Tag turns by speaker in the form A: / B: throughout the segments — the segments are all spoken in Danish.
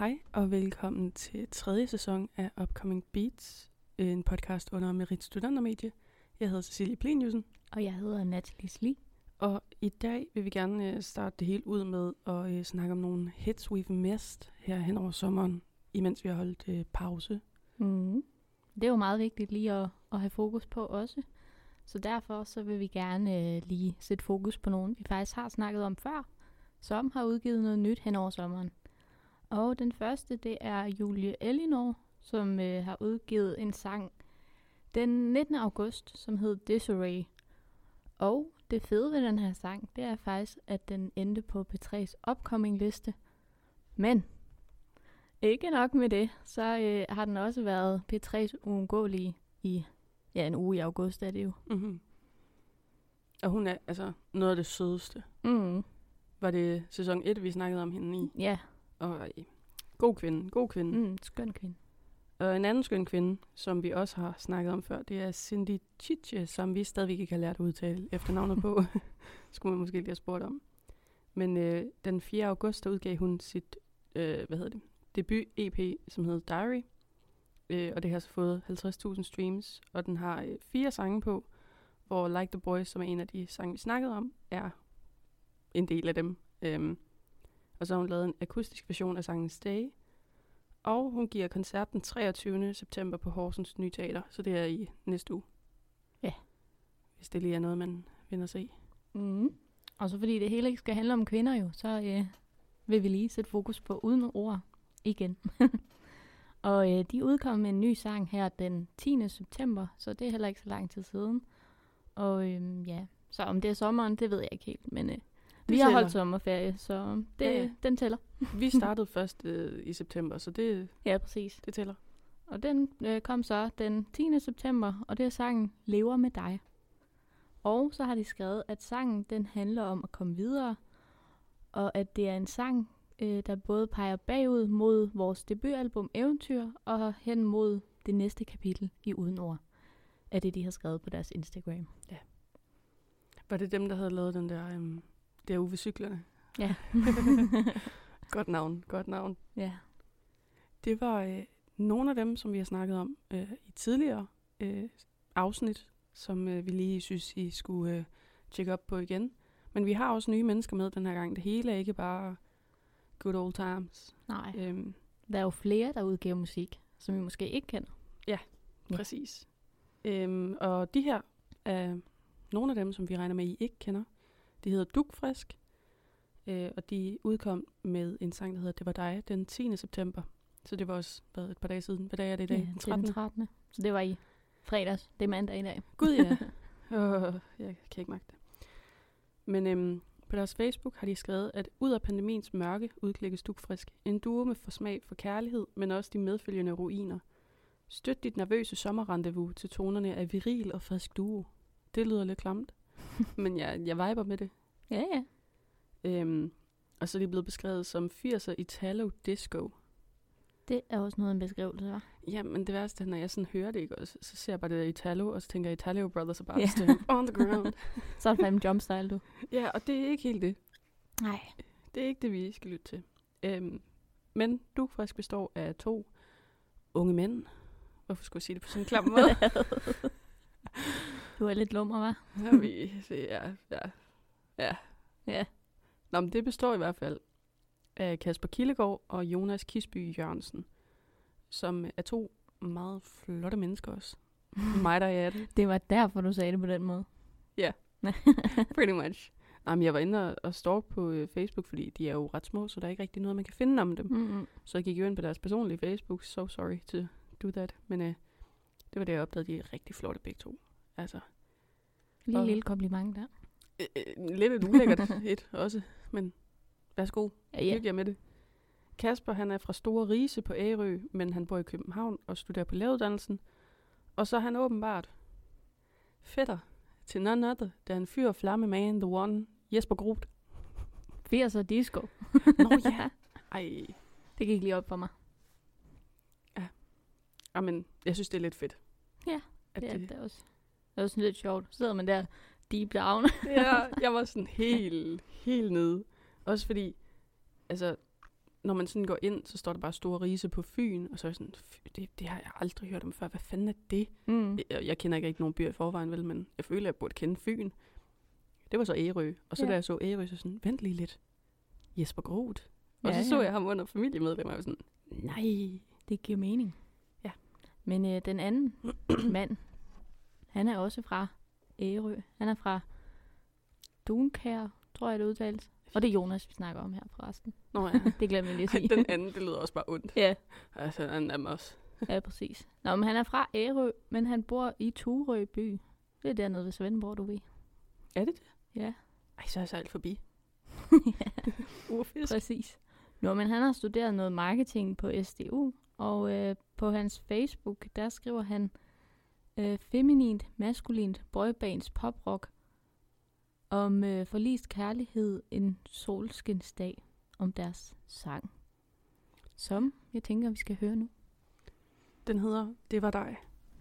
A: Hej og velkommen til 3. sæson af Upcoming Beats, en podcast under Merit Studentermedie. Jeg hedder Cecilie Pleniussen.
B: Og jeg hedder Natalie Sli.
A: Og i dag vil vi gerne starte det hele ud med at snakke om nogle hits, we've missed her hen over sommeren, imens vi har holdt pause.
B: Det er jo meget vigtigt lige at have fokus på også. Så derfor så vil vi gerne lige sætte fokus på nogen, vi faktisk har snakket om før, som har udgivet noget nyt hen over sommeren. Og den første, det er Julie Elinor, som har udgivet en sang den 19. august, som hed Disarray. Og det fede ved den her sang, det er faktisk, at den endte på P3's upcoming liste. Men ikke nok med det, så har den også været P3's uundgåelige i en uge i august, er det jo.
A: Mm-hmm. Og hun er altså noget af det sødeste.
B: Mm.
A: Var det sæson 1, vi snakkede om hende i?
B: Ja.
A: Og god kvinde.
B: Skøn kvinde.
A: Og en anden skøn kvinde, som vi også har snakket om før, det er Cindy Chiche, som vi stadigvæk ikke har lært at udtale efternavnet på. Skulle man måske lige have spurgt om. Men den 4. august, der udgav hun sit debut-EP, som hedder Diary. Og det har så fået 50.000 streams, og den har 4 sange på, hvor Like the Boys, som er en af de sange, vi snakkede om, er en del af dem. Og så har hun lavet en akustisk version af sangen Stay. Og hun giver koncert den 23. september på Horsens Nye Teater, så det er i næste uge.
B: Ja.
A: Hvis det lige er noget, man vinder sig i.
B: Mm. Og så fordi det hele ikke skal handle om kvinder jo, så vil vi lige sætte fokus på uden ord igen. Og de udkom med en ny sang her den 10. september, så det er heller ikke så lang tid siden. Og så om det er sommeren, det ved jeg ikke helt, men vi har holdt sommerferie, så den tæller.
A: Vi startede først i september, så det,
B: ja, præcis.
A: Det tæller.
B: Og den kom så den 10. september, og det er sangen Lever med dig. Og så har de skrevet, at sangen den handler om at komme videre, og at det er en sang, der både peger bagud mod vores debutalbum Eventyr, og hen mod det næste kapitel i Uden Ord, af det, de har skrevet på deres Instagram.
A: Ja. Var det dem, der havde lavet den der Uwe Cyklerne?
B: Ja.
A: Godt navn.
B: Ja.
A: Det var nogle af dem, som vi har snakket om i tidligere afsnit, som vi lige synes, I skulle tjekke op på igen. Men vi har også nye mennesker med den her gang. Det hele er ikke bare good old times.
B: Nej. Der er jo flere, der udgiver musik, som vi måske ikke kender.
A: Ja, præcis. Og de her er nogle af dem, som vi regner med, I ikke kender. De hedder Dugfrisk, og de udkom med en sang, der hedder Det var dig, den 10. september. Så det var også et par dage siden. Hvad dag er det i dag?
B: Ja, 13. Den 13. Så det var i fredags. Det er mandag i dag.
A: Gud ja. Jeg kan ikke magte det. Men på deres Facebook har de skrevet, at ud af pandemiens mørke udklikkes Dugfrisk. En duo med forsmag for kærlighed, men også de medfølgende ruiner. Støt dit nervøse sommerrendezvous til tonerne af viril og frisk duo. Det lyder lidt klamt, men jeg viber med det.
B: Ja, ja.
A: Og så er de blevet beskrevet som 80'er Italo Disco.
B: Det er også noget af en beskrivelse, hva'?
A: Ja, men det værste, når jeg sådan hører det, ikke, så ser jeg bare det Italo, og så tænker jeg Italo Brothers er bare on the ground.
B: Så er det fandme jumpstyle, du.
A: Ja, og det er ikke helt det.
B: Nej.
A: Det er ikke det, vi skal lytte til. Men Dugfrisk består af 2 unge mænd. Hvorfor skulle jeg sige det på sådan en klam måde?
B: Du er lidt lummer, hva'?
A: Ja. Nå, men det består i hvert fald af Kasper Kildegård og Jonas Kisby Jørgensen, som er 2 meget flotte mennesker også. Mig, der er det.
B: Det var derfor, du sagde det på den måde.
A: Ja, pretty much. Men jeg var inde og stalk på Facebook, fordi de er jo ret små, så der er ikke rigtig noget, man kan finde om dem.
B: Mm-hmm.
A: Så jeg gik jo ind på deres personlige Facebook. So sorry to do that. Men det var det, jeg opdagede, de er rigtig flotte begge 2. Altså.
B: Lige lille kompliment der.
A: Lidt et ulækkert et også, men værsgo, hygge jer med det. Kasper, han er fra Store Rise på Ærø, men han bor i København og studerer på læreruddannelsen. Og så er han åbenbart fætter til none other, da han fyrer flamme man, the one, Jesper Groth.
B: 80'er disco.
A: Nå ja. Ej.
B: Det gik lige op for mig.
A: Ja. Jamen, jeg synes, det er lidt fedt.
B: Ja, det er det også. Det er også lidt sjovt. Så sidder man der deep down.
A: Ja, jeg var sådan helt nede. Også fordi, altså, når man sådan går ind, så står der bare Store Rise på Fyn, og så er jeg sådan, det har jeg aldrig hørt om før. Hvad fanden er det? Jeg kender ikke rigtig nogen byer i forvejen, vel, men jeg føler, at jeg burde kende Fyn. Det var så Ærø. Og så da jeg så Ærø, så sådan, vent lige lidt. Jesper Groth. Og så jeg ham under familiemedlemmer, og jeg var sådan, nej.
B: Det giver mening.
A: Ja.
B: Men den anden mand, han er også fra Ærø. Han er fra Dunkær, tror jeg det udtales. Og det er Jonas, vi snakker om her forresten.
A: Nå ja.
B: Det glemte jeg lige at sige.
A: Den anden, det lyder også bare ondt.
B: Ja.
A: Altså, han er også.
B: Ja, præcis. Nå, men han er fra Ærø, men han bor i Turø by. Det er dernede ved Svendborg, du ved.
A: Er det det?
B: Ja.
A: Ej, så er jeg sejlet forbi.
B: Ja.
A: Urfisk.
B: Præcis. Nå, men han har studeret noget marketing på SDU, og på hans Facebook, der skriver han feminint, maskulint, boybands poprock om forlist kærlighed en solskinsdag om deres sang. Som jeg tænker, vi skal høre nu.
A: Den hedder Det var dig.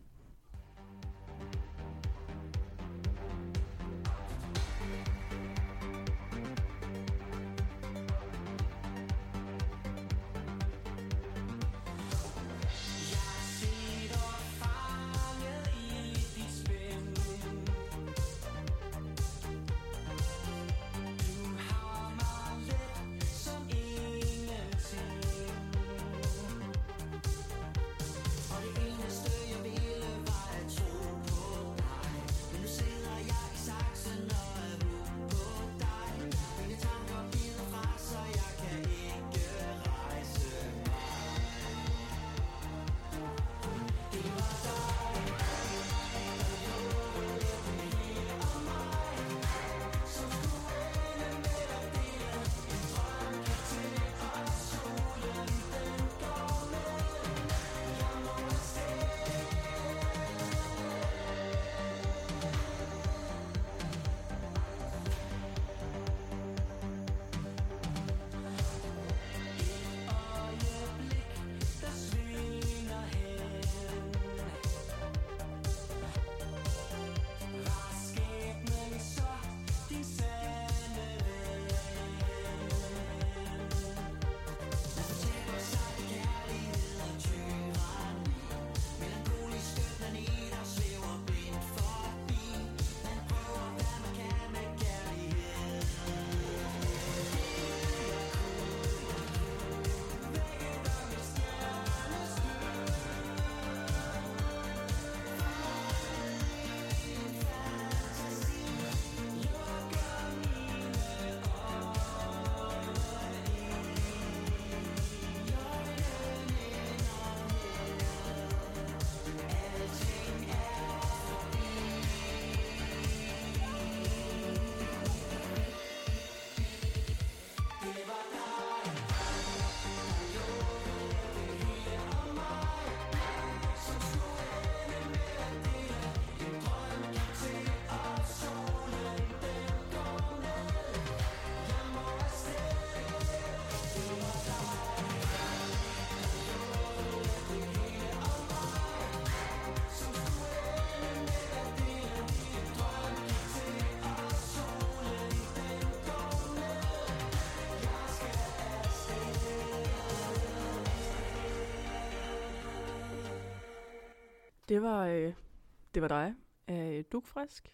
A: Det var dig. Dugfrisk.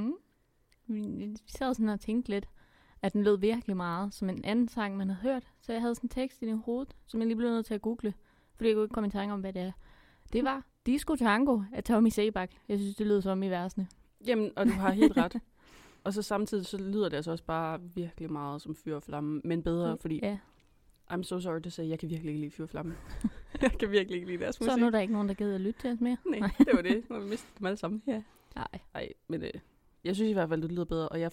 B: Vi sad sådan og tænkte lidt, at den lød virkelig meget som en anden sang, man havde hørt. Så jeg havde sådan en tekst i hovedet, som jeg lige blev nødt til at google, fordi jeg kunne ikke komme i tanke om, hvad det er. Det var Disco Tango af Tommy Sebak. Jeg synes, det lød som i versene.
A: Jamen, og du har helt ret. Og så samtidig så lyder det altså også bare virkelig meget som Fyr og Flamme, men bedre, fordi I'm so sorry to say, jeg kan virkelig ikke lide Fyr og Flamme. Jeg kan virkelig ikke lide deres musik.
B: Så nu er der ikke nogen, der gider at lytte til os mere?
A: Nej, det var det. Nu har vi mistet dem alle sammen.
B: Ja.
A: Nej, men jeg synes i hvert fald, det lyder bedre, og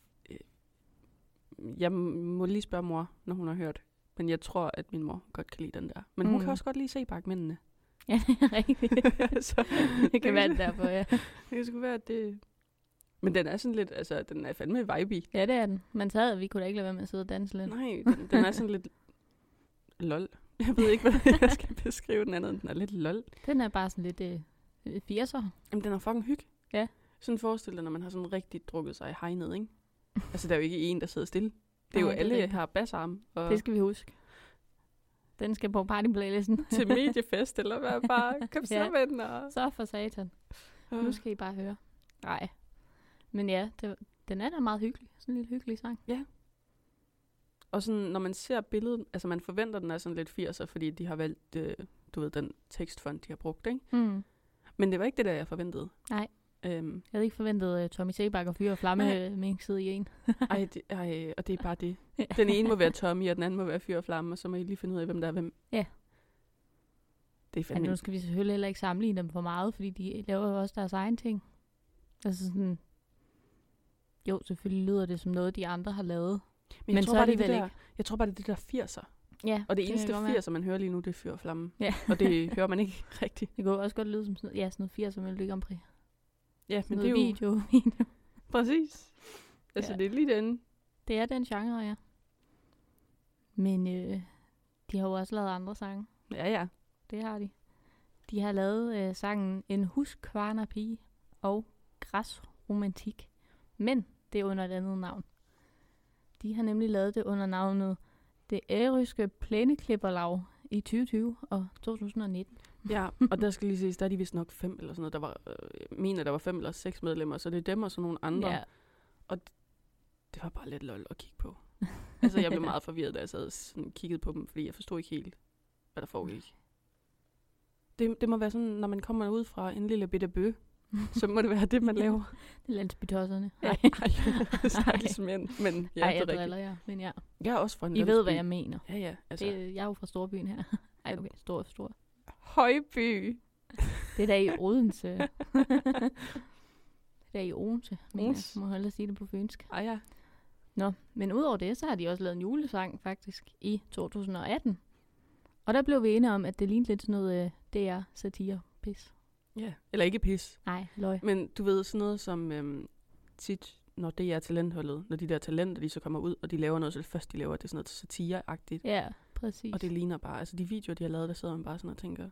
A: jeg må lige spørge mor, når hun har hørt. Men jeg tror, at min mor godt kan lide den der. Men hun kan også godt lide Sebak-mændene.
B: Ja, det er rigtigt.
A: Så,
B: det kan være det derfor, ja.
A: Det skulle være, at det... Men den er sådan lidt, altså, den er fandme vibe.
B: Ja, det er den. Man sad, at vi kunne da ikke lade være med at sidde og danse lidt.
A: Nej, den er sådan lidt lol. Jeg ved ikke, hvordan jeg skal beskrive den andet, den er lidt lol.
B: Den er bare sådan lidt 80'er.
A: Jamen, den er fucking hygge.
B: Ja.
A: Sådan forestil dig, når man har sådan rigtig drukket sig i hegnet, ikke? Altså, der er jo ikke en, der sidder stille. Det er jo
B: Nej,
A: alle har bassarme. Og...
B: Det skal vi huske. Den skal på partyplaylisten.
A: Til mediefest, eller hvad? Bare kom så
B: Ja.
A: med den. Og...
B: Så for satan. Nu skal I bare høre. Nej. Men ja, den er da meget hyggelig. Sådan en lille hyggelig sang.
A: Og sådan, når man ser billedet, altså man forventer, den er sådan lidt 80'er, fordi de har valgt, du ved, den tekstfont, de har brugt, ikke?
B: Mm.
A: Men det var ikke det, der jeg forventede.
B: Nej.
A: Jeg
B: Jeg havde ikke forventet Tommy Sebak og Fyre og Flamme mixet i en.
A: og det er bare det. Den ene må være Tommy, og den anden må være Fyr og Flamme, og så må I lige finde ud af, hvem der er hvem.
B: Ja.
A: Det er
B: Men
A: fandme...
B: nu skal vi selvfølgelig heller ikke sammenligne dem for meget, fordi de laver jo også deres egen ting. Altså sådan... Jo, selvfølgelig lyder det som noget, de andre har lavet.
A: Men jeg tror
B: så
A: bare, det er
B: alligevel
A: det der, jeg tror bare, det er det der 80'er.
B: Ja,
A: Og det eneste
B: kan godt være.
A: 80'er, man hører lige nu, det er Fyr og Flamme.
B: Ja.
A: Og det hører man ikke rigtigt.
B: Det kunne også godt lyde som sådan noget, sådan noget 80'er Melodi Grand Prix.
A: Ja, men
B: Noget
A: det er jo...
B: video.
A: Præcis. Altså,
B: Ja.
A: det er lige den.
B: Det er den genre, ja. Men de har jo også lavet andre sange.
A: Ja.
B: Det har de. De har lavet sangen En huskvarner pige og Græsromantik. Men det er under et andet navn. De har nemlig lavet det under navnet Det Ærøske Plæneklipperlag i 2020 og 2019.
A: Ja, og der skal lige ses, der er de vist nok 5 eller sådan noget. Der var, mener, der var 5 eller 6 medlemmer, så det er dem og så nogle andre.
B: Ja.
A: Det var bare lidt lol at kigge på. Altså, jeg blev meget forvirret, da jeg sad sådan kiggede på dem, fordi jeg forstod ikke helt, hvad der foregik. Det må være sådan, når man kommer ud fra en lille bitte bø, så må det være det, man laver.
B: Det er landsbytosserne.
A: Ja, stakkels mænd, men ja,
B: Ej,
A: det
B: jeg
A: er rigtigt.
B: driller jer, men ja.
A: Jeg er også fra en
B: I ved,
A: landsby.
B: hvad jeg mener.
A: Ja, altså.
B: Jeg er jo fra Storbyen her. Ej, okay, stor.
A: Højby.
B: Det er der i Odense. Det er der i Odense, mener jeg.
A: Odense.
B: Må hellere sige det på fynsk.
A: Ej, ja.
B: Nå, men udover det, så har de også lavet en julesang faktisk i 2018. Og der blev vi enige om, at det lignede lidt sådan noget DR-satire-pis.
A: Ja, eller ikke pis.
B: Nej, løg.
A: Men du ved, sådan noget som tit, når det er talentholdet, når de der talenter, de så kommer ud, og de laver noget, så det første, de laver, det er sådan noget satire-agtigt.
B: Ja, præcis.
A: Og det ligner bare, altså de videoer, de har lavet, der sidder man bare sådan og tænker,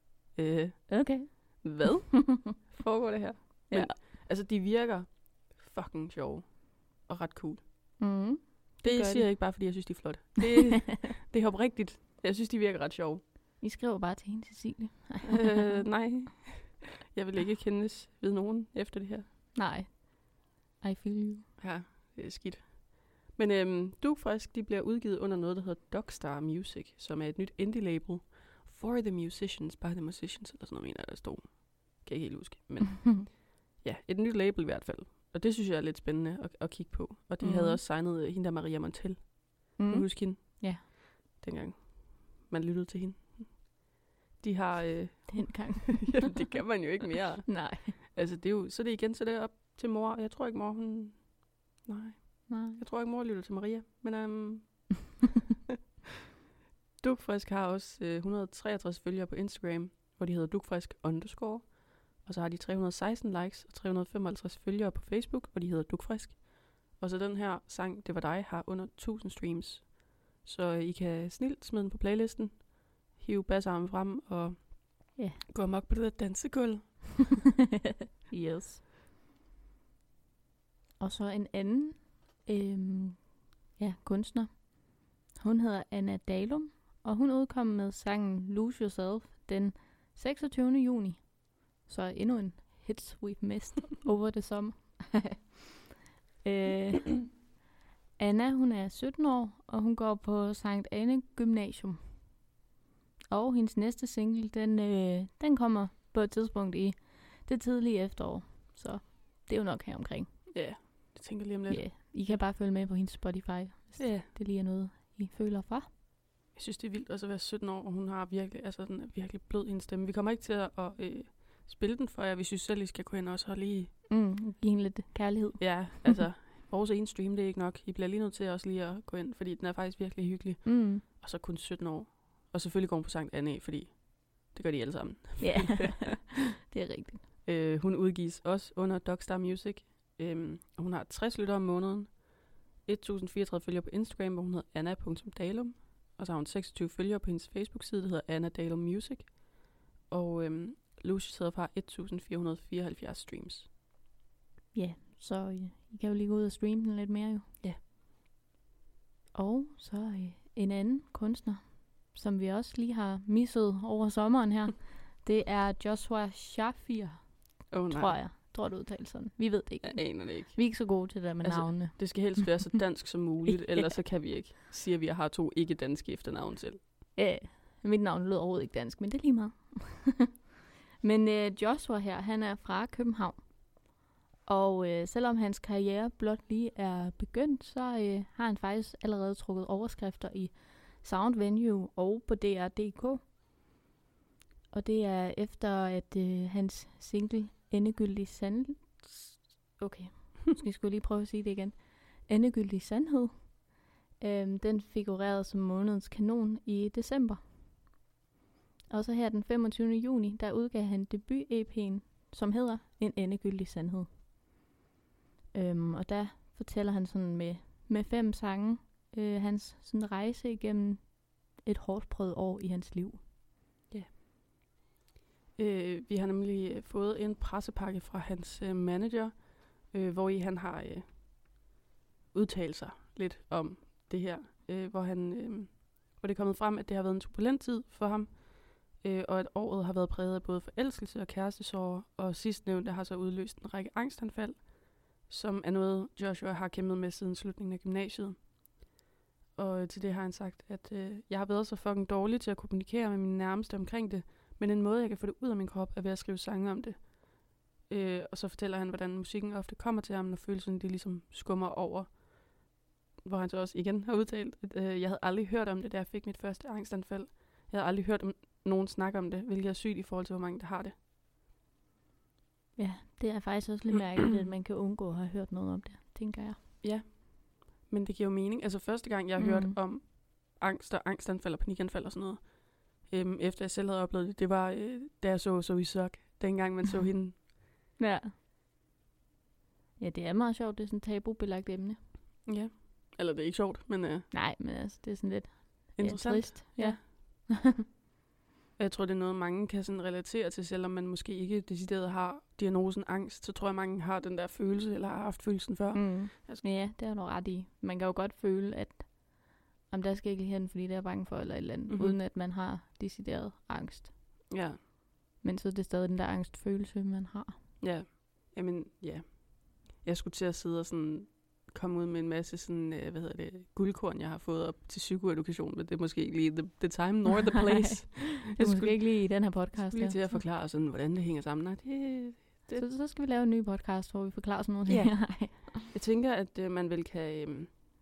B: Okay.
A: hvad foregår det her? Men,
B: Ja.
A: altså, de virker fucking sjove og ret cool.
B: Mm.
A: Det
B: gør
A: siger
B: de.
A: jeg ikke bare, fordi jeg synes, de er flotte. Det er oprigtigt. Jeg synes, de virker ret sjove.
B: I skriver bare til hende, Cecilie.
A: Nej, jeg vil ikke kendes ved nogen efter det her.
B: Nej. I feel you.
A: Ja, det er skidt. Men Dugfrisk, de bliver udgivet under noget, der hedder Dogstar Music, som er et nyt indie-label for the musicians, by the musicians, eller sådan noget, mener jeg, der stod. Kan jeg ikke helt huske. Men ja, et nyt label i hvert fald. Og det synes jeg er lidt spændende at kigge på. Og de havde også signet hende der Maria Montel. Kan du huske hende?
B: Ja.
A: Dengang man lyttede til hende. De har...
B: Dengang.
A: jamen, det kan man jo ikke mere.
B: Nej.
A: Altså, det er jo... Så er det igen, så det er op til mor. Jeg tror ikke, mor, hun... Nej.
B: Nej.
A: Jeg tror ikke, mor lytter til Maria. Men Dugfrisk har også 163 følgere på Instagram, hvor de hedder Dugfrisk_. Og så har de 316 likes og 355 følgere på Facebook, hvor de hedder Dugfrisk. Og så den her sang, Det var dig, har under 1000 streams. Så I kan snilt smide den på playlisten, hive bassarmen frem og gå amok på det der dansegulv.
B: Yes. Og så en anden kunstner. Hun hedder Anna Dalum, og hun udkom med sangen Lose Yourself den 26. juni. Så endnu en hits we've missed over the summer. Anna, hun er 17 år, og hun går på Sankt Anne Gymnasium. Og hendes næste single, den kommer på et tidspunkt i det tidlige efterår. Så det er jo nok her omkring.
A: Ja, det tænker jeg lige om lidt.
B: Ja, I kan bare følge med på hendes Spotify, hvis det lige er noget, I føler for.
A: Jeg synes, det er vildt også at være 17 år, og hun har virkelig, altså den er virkelig blød i en stemme. Vi kommer ikke til at spille den for jer, hvis I selv skal gå ind og lige...
B: Give hende lidt kærlighed.
A: Ja, altså, vores ene stream, det er ikke nok. I bliver lige nødt til også lige at gå ind, fordi den er faktisk virkelig hyggelig. Og så kun 17 år. Og selvfølgelig går hun på Sankt Anne, fordi det gør de alle sammen.
B: Ja, det er rigtigt.
A: Hun udgives også under Dogstar Music. Og hun har 60 lyttere om måneden. 1034 følgere på Instagram, hvor hun hedder anna.dalum. Og så har hun 26 følgere på hendes Facebook-side, der hedder Anna Dalum Music. Og Lucius hedder fra 1474 streams.
B: Ja, så I kan jo lige gå ud og streame den lidt mere jo.
A: Ja.
B: Og så en anden kunstner, som vi også lige har misset over sommeren her, det er Joshua Shafir, tror jeg. Tror du udtales sådan. Vi ved det ikke.
A: Jeg aner det ikke.
B: Vi er ikke så gode til det med navnene.
A: Det skal helst være så dansk som muligt, ellers så kan vi ikke sige, at vi har 2 ikke-danske efternavn selv.
B: Mit navn lyder overhovedet ikke dansk, men det er lige meget. Men Joshua her, han er fra København. Og selvom hans karriere blot lige er begyndt, så har han faktisk allerede trukket overskrifter i Sound Venue og på DR.dk. Og det er efter, at hans single Endegyldig Sandhed... Okay, skal jeg lige prøve at sige det igen. Endegyldig Sandhed. Den figurerede som månedens kanon i december. Og så her den 25. juni, der udgav han debut-EP'en, som hedder En Endegyldig Sandhed. Og der fortæller han sådan med 5 sange hans sådan rejse igennem et hårdt prøvet år i hans liv.
A: Ja. Vi har nemlig fået en pressepakke fra hans manager, hvor i han har udtalt sig lidt om det her, hvor det er kommet frem, at det har været en turbulent tid for ham, og at året har været præget af både forelskelse og kærestesorger, og sidstnævnte har så udløst en række angstanfald, som er noget, Joshua har kæmpet med siden slutningen af gymnasiet. Og til det har han sagt, at jeg har været så fucking dårlig til at kommunikere med mine nærmeste omkring det, men en måde, jeg kan få det ud af min krop, er ved at skrive sange om det. Og så fortæller han, hvordan musikken ofte kommer til ham, når følelserne de ligesom skummer over. Hvor han så også igen har udtalt, at jeg havde aldrig hørt om det, da jeg fik mit første angstanfald. Jeg havde aldrig hørt om nogen snakke om det, hvilket er sygt i forhold til, hvor mange der har det.
B: Ja, det er faktisk også lidt mærkeligt, at man kan undgå at have hørt noget om det, tænker jeg.
A: Ja, men det giver jo mening. Altså første gang, jeg har hørt om angst og angstanfald og panikanfald og sådan noget, efter jeg selv havde oplevet det var, da jeg så We Suck, dengang man så hende.
B: Ja. Ja, det er meget sjovt, det er sådan et tabubelagt emne.
A: Ja, eller det er ikke sjovt, men...
B: Nej, men altså, det er sådan lidt
A: interessant.
B: Trist. Ja.
A: Jeg tror, det er noget, mange kan sådan relatere til, selvom man måske ikke decideret har diagnosen angst, så tror jeg, mange har den der følelse, eller har haft følelsen før.
B: Ja, det er du ret i. Man kan jo godt føle, at om der skal ikke lige hen, fordi det er bange for, eller et eller andet, uden at man har decideret angst.
A: Ja.
B: Men så er det stadig den der angstfølelse, man har.
A: Ja. Jamen, ja. Jeg skulle til at sidde og sådan komme ud med en masse sådan, guldkorn, jeg har fået op til psykoedukation, men det er måske ikke lige the time nor the place.
B: Det er måske ikke lige i den her podcast.
A: Jeg skulle lige til at forklare sådan, hvordan det hænger sammen. Nej,
B: Så skal vi lave en ny podcast, hvor vi forklarer sådan noget.
A: Ja. Jeg tænker, at man vel kan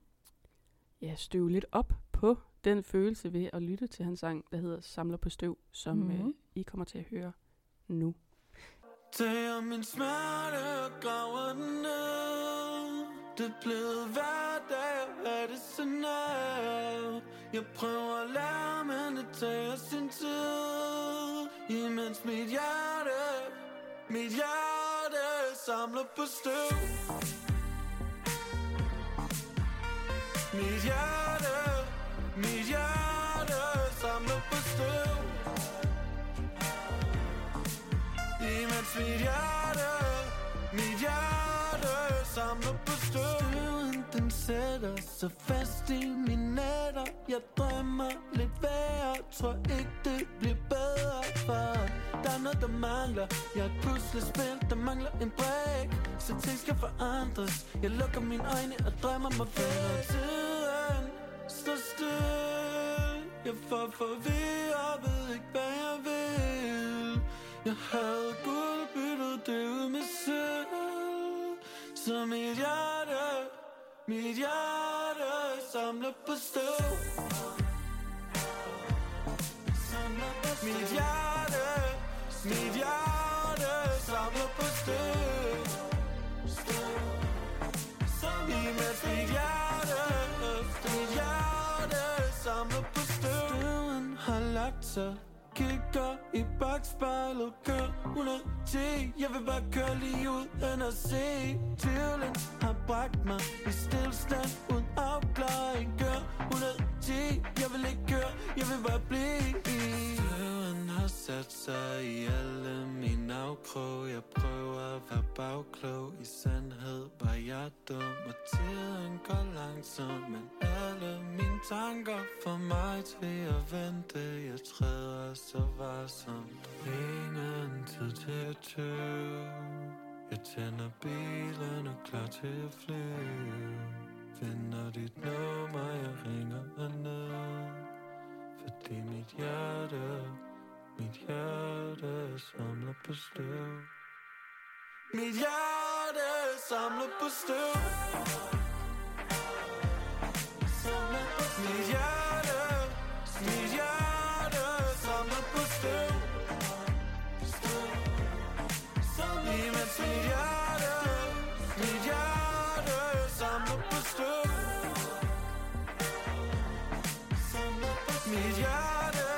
A: støve lidt op på den følelse ved at lytte til hans sang, der hedder Samler på støv, som I kommer til at høre nu.
C: Tager min smerte og graver den ned. Det er blevet hverdag at have det så nært. Jeg prøver at lære, men det tager sin tid. Imens mit hjerte samler på støv. Mit hjerte samler på støv. Imens mit hjerte samler på støv. Støven den sætter sig fast i mine nætter. Jeg drømmer lidt værre, tror ikke det bliver bedre. For der er noget der mangler. Jeg er et puslespil, der mangler en brik. Så ting skal forandres. Jeg lukker mine øjne og drømmer mig væk. Tiden står still. Jeg får forvirret, ved ikke hvad jeg vil. Jeg havde guld byttet det ud med sølv. Så mit hjerte samler på støv. Mit hjerte samler på støv. Imens mit hjerte samler på støv. Støven har lagt sig. Kigger i bagspejlet, kør 110. Jeg vil bare køre lige ud end at se. Tvivlen har bragt mig i stillstand uden afklaring. Kør 110, jeg vil ikke køre, jeg vil bare blive. Støven har sat sig i alle mine afkrog. Jeg prøver at være bagklog. I sandhed var jeg dum, og tiden går langsomt. Men alle mine tanker får mig til at vente. Jeg træder så varsomt. Ingen tid til at tøve. Jeg tænder bilen og klar til at flyve. Finder dit nummer, jeg ringer ned. Fordi mit hjerte samler på støv. Mit hjerte samler på støv. Mit hjerte samler på støv. Imens mit hjerte samler på støv. Mit hjerte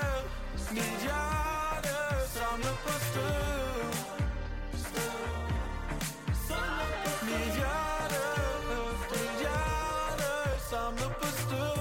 C: samler på støv. Mit hjerte samler på støv.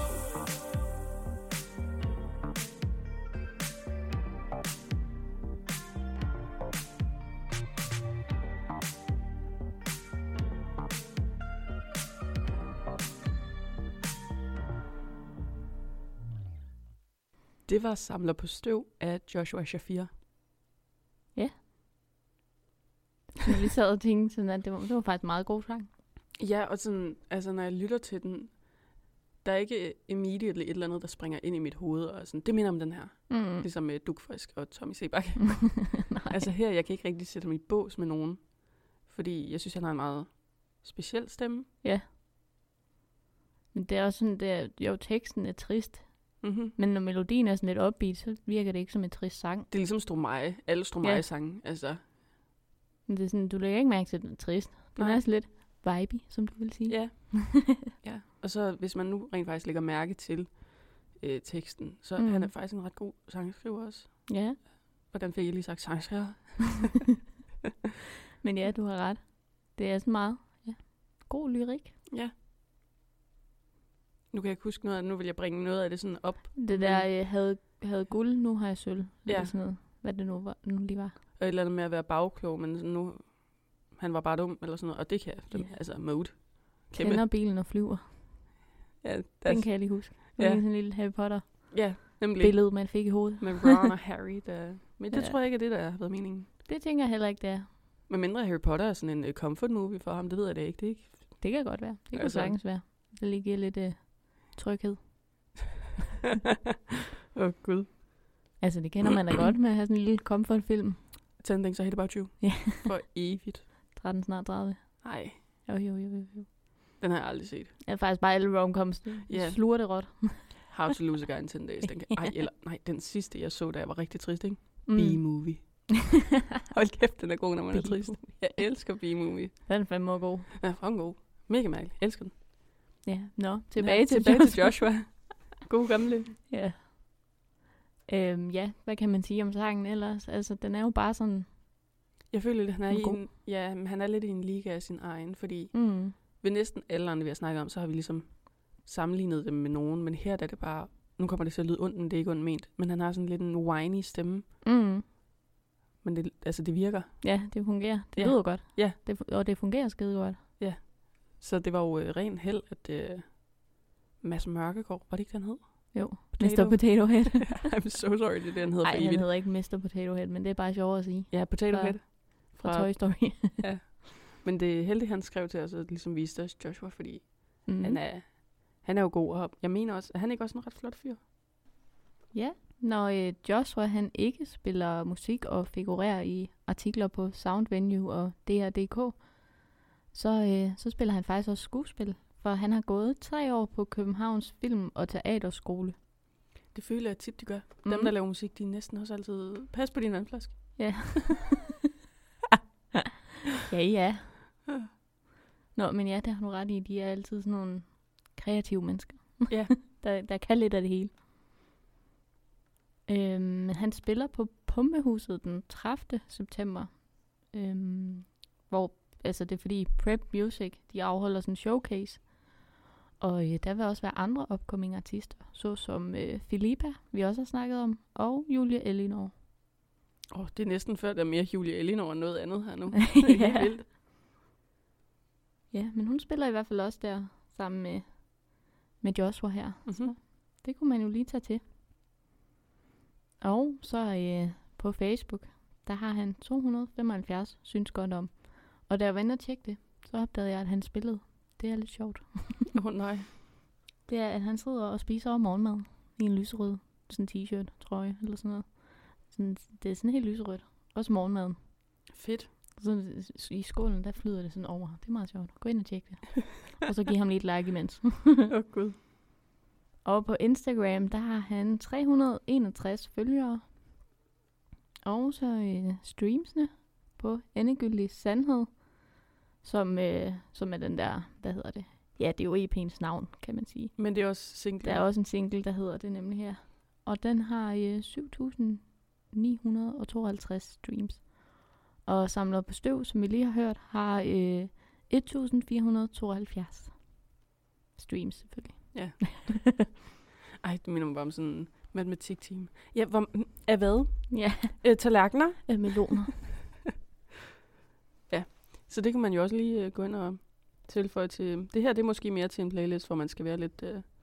A: Det var Samler på støv af Joshua Shafir.
B: Ja. Jeg lige sad og tænkte sådan, at det var faktisk en meget god sang.
A: Ja, og sådan, altså når jeg lytter til den, der er ikke immediately et eller andet, der springer ind i mit hoved, og sådan, det minder om den her.
B: Mm.
A: Ligesom med Dugfrisk og Tommy Sebakke.
B: Nej.
A: Altså her, jeg kan ikke rigtig sætte mig i bås med nogen, fordi jeg synes, han har en meget speciel stemme.
B: Ja. Men det er også sådan, jo, teksten er trist.
A: Mm-hmm.
B: Men når melodien er sådan lidt upbeat, så virker det ikke som en trist sang.
A: Det er ligesom Stromae. Alle Stromae-sange. Altså.
B: Men det er sådan, du lægger ikke mærke til, at den er trist. Den
A: Nej.
B: er sådan lidt vibey, som du vil sige.
A: Ja. Ja. Og så hvis man nu rent faktisk lægger mærke til teksten, så han er faktisk en ret god sangskriver også.
B: Ja.
A: Hvordan fik jeg lige sagt sangskriver?
B: Men ja, du har ret. Det er sådan meget god lyrik.
A: Ja. Nu kan jeg ikke huske noget af det. Nu vil jeg bringe noget af det sådan op.
B: Det der havde guld, nu har jeg sølv.
A: Ja.
B: Eller sådan noget. Hvad det nu lige var.
A: Og et eller andet med at være bagklog, men sådan nu, han var bare dum, eller sådan noget. Og det kan jeg, altså mode. Kæmpe.
B: Tænder bilen og flyver.
A: Ja,
B: Den kan jeg lige huske. Det var sådan en lille Harry Potter
A: ja, nemlig.
B: billede, man fik i hovedet.
A: Med Ron og Harry. Der. Men det
B: Ja.
A: tror jeg ikke er det, der har været meningen.
B: Det tænker jeg heller ikke, det er.
A: Men mindre Harry Potter er sådan en comfort movie for ham, det ved jeg da ikke. Det er ikke.
B: Det kan godt være. Det kan
A: Altså.
B: sagtens være. Det lige giver lidt tryghed.
A: Gud.
B: Altså, det kender man da godt med at have sådan en lille comfort-film.
A: 10 Things I Hate About You.
B: Ja.
A: For evigt.
B: 13 snart 30.
A: Nej,
B: Jo.
A: den har jeg aldrig set.
B: Jeg er faktisk bare alle romcoms.
A: Ja.
B: Sluger det råt.
A: How to Lose a Guy in 10 Days. Den kan, den sidste, jeg så, da jeg var rigtig trist, ikke?
B: Mm.
A: B-movie. Hold kæft, den er god, når man er trist. Jeg elsker B-movie.
B: Den er fandme god.
A: Den er fucking god. Mega mærkelig. Elsker den.
B: Ja, tilbage til
A: Joshua. God gamle.
B: Ja. Ja, hvad kan man sige om sangen ellers? Altså, den er jo bare sådan...
A: Jeg føler, at han er,
B: God.
A: han er lidt i en liga af sin egen, fordi
B: Mm.
A: ved næsten alle andre, vi har snakket om, så har vi ligesom sammenlignet dem med nogen, men her er det bare, nu kommer det til at lyde ondt, men det er ikke ondt ment, men han har sådan lidt en whiny stemme,
B: Mm.
A: men det virker.
B: Ja, det fungerer. Det
A: Ja.
B: lyder godt.
A: Ja.
B: Og det fungerer skide godt.
A: Så det var jo ren held, at Mads Mørkegaard, var det ikke, den hed?
B: Jo. Mr. Potato Head.
A: I'm so sorry, det er det, han hedder
B: Nej,
A: for
B: han
A: evigt.
B: hedder ikke Mr. Potato Head, men det er bare sjovt at sige.
A: Ja, Potato
B: Fra-
A: Head.
B: Fra Toy Story.
A: Men det er heldigt, han skrev til os og ligesom viste os Joshua, fordi
B: Mm.
A: han er jo god, og jeg mener også, er han ikke også en ret flot fyr?
B: Ja, når Joshua han ikke spiller musik og figurerer i artikler på Sound Venue og DR.dk, så spiller han faktisk også skuespil, for han har gået 3 år på Københavns Film- og Teaterskole.
A: Det føler jeg tit, de gør. Dem, der laver musik, de er næsten også altid... Pas på din vandflaske.
B: Ja. Ja. Nå, men ja, det har du ret i. De er altid sådan nogle kreative mennesker.
A: Ja.
B: der kan lidt af det hele. Men han spiller på Pumpehuset den 30. september. Hvor, altså det er fordi Prep Music, de afholder sådan en showcase. Og der vil også være andre upcoming artister, såsom Filippa, vi også har snakket om, og Julia Elinor.
A: Det er næsten før, der er mere Julie Elinor end noget andet her nu. Det er helt
B: Ja.
A: vildt.
B: Ja, men hun spiller i hvert fald også der sammen med Joshua her.
A: Mhm.
B: Det kunne man jo lige tage til. Og så på Facebook, der har han 275 synes godt om. Og da jeg var inde og tjekke det, så opdagede jeg, at han spillede. Det er lidt sjovt.
A: Nej.
B: Det er, at han sidder og spiser over morgenmad i en lyserød sådan t-shirt, trøje eller sådan noget. Sådan, det er sådan helt lyserødt. Også morgenmaden.
A: Fedt.
B: Så i skålen, der flyder det sådan over. Det er meget sjovt. Gå ind og tjek det. Og så giv ham lige et like imens.
A: Gud.
B: Og på Instagram, der har han 361 følgere. Og så streamsene på Endegyldig Sandhed, som er den der, hvad hedder det? Ja, det er jo EP'ens navn, kan man sige.
A: Men det er også single.
B: Der er også en single, der hedder det nemlig her. Og den har 7.952 streams. Og Samler på Støv, som vi lige har hørt, har 1.472 streams selvfølgelig.
A: Ja. Ej, det minder mig bare om sådan en matematikteam. Ja, af hvad?
B: Ja,
A: Tallerkener?
B: meloner.
A: Så det kan man jo også lige gå ind og tilføje til. Det her, det er måske mere til en playlist, hvor man skal være lidt...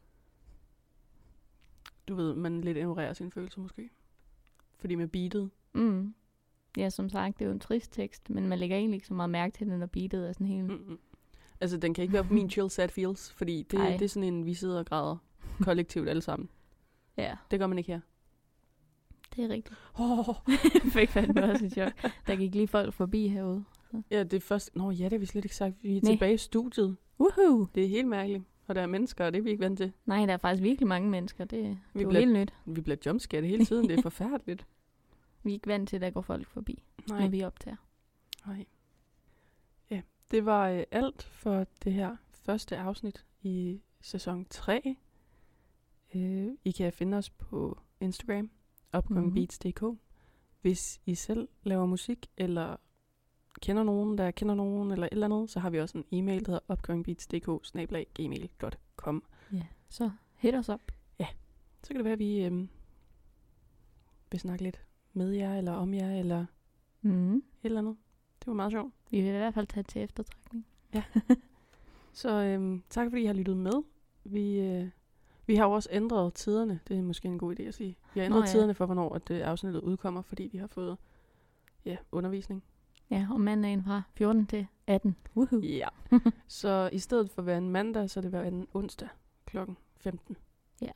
A: du ved, man lidt ignorerer sine følelser måske. Fordi med beatet.
B: Mm. Ja, som sagt, det er jo en trist tekst, men man lægger egentlig ikke så meget mærke til den, når beatet er sådan helt...
A: Mm-mm. Altså, den kan ikke være på min chill sad feels, fordi det er sådan en, vi sidder og græder kollektivt alle sammen.
B: Ja,
A: Det gør man ikke her.
B: det er rigtigt.
A: Oh.
B: Fik fandme også et chok. Der gik lige folk forbi herude.
A: Ja, det er først... Nå ja, det har vi slet ikke sagt. Vi er
B: Nej.
A: tilbage i studiet.
B: Woohoo!
A: Det er helt mærkeligt. Og der er mennesker, og det er vi ikke vant til.
B: Nej, der er faktisk virkelig mange mennesker. Det er jo
A: bliver-
B: helt nyt.
A: Vi bliver jumpscaret hele tiden. Det er forfærdeligt.
B: Vi er ikke vant til, at der går folk forbi, når vi optager.
A: Nej. Ja, det var alt for det her første afsnit i sæson 3. I kan finde os på Instagram, upcomingbeats.dk. Hvis I selv laver musik, eller kender nogen, der kender nogen, eller et eller andet, så har vi også en e-mail, der hedder upcomingbeats.dk@gmail.com.
B: Ja, så hit os op.
A: Så kan det være, at vi vil snakke lidt med jer, eller om jer, eller et eller andet. Det var meget sjovt.
B: Vi vil i hvert fald tage til eftertragtning.
A: Så tak fordi I har lyttet med. Vi har jo også ændret tiderne. Det er måske en god idé at sige. Vi har ændret tiderne for, hvornår at afsnittet udkommer, fordi vi har fået undervisning.
B: Ja, og mandagen fra 14 til 18. Woohoo!
A: Ja. Så i stedet for hver en mandag, så er det hver en onsdag kl. 15.
B: Ja.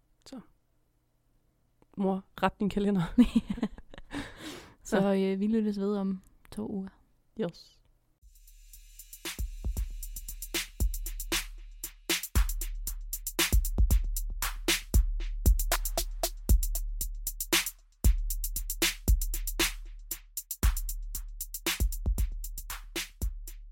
A: Mor, ret din kalender.
B: Så vi lyttes ved om 2 uger.
A: Yes.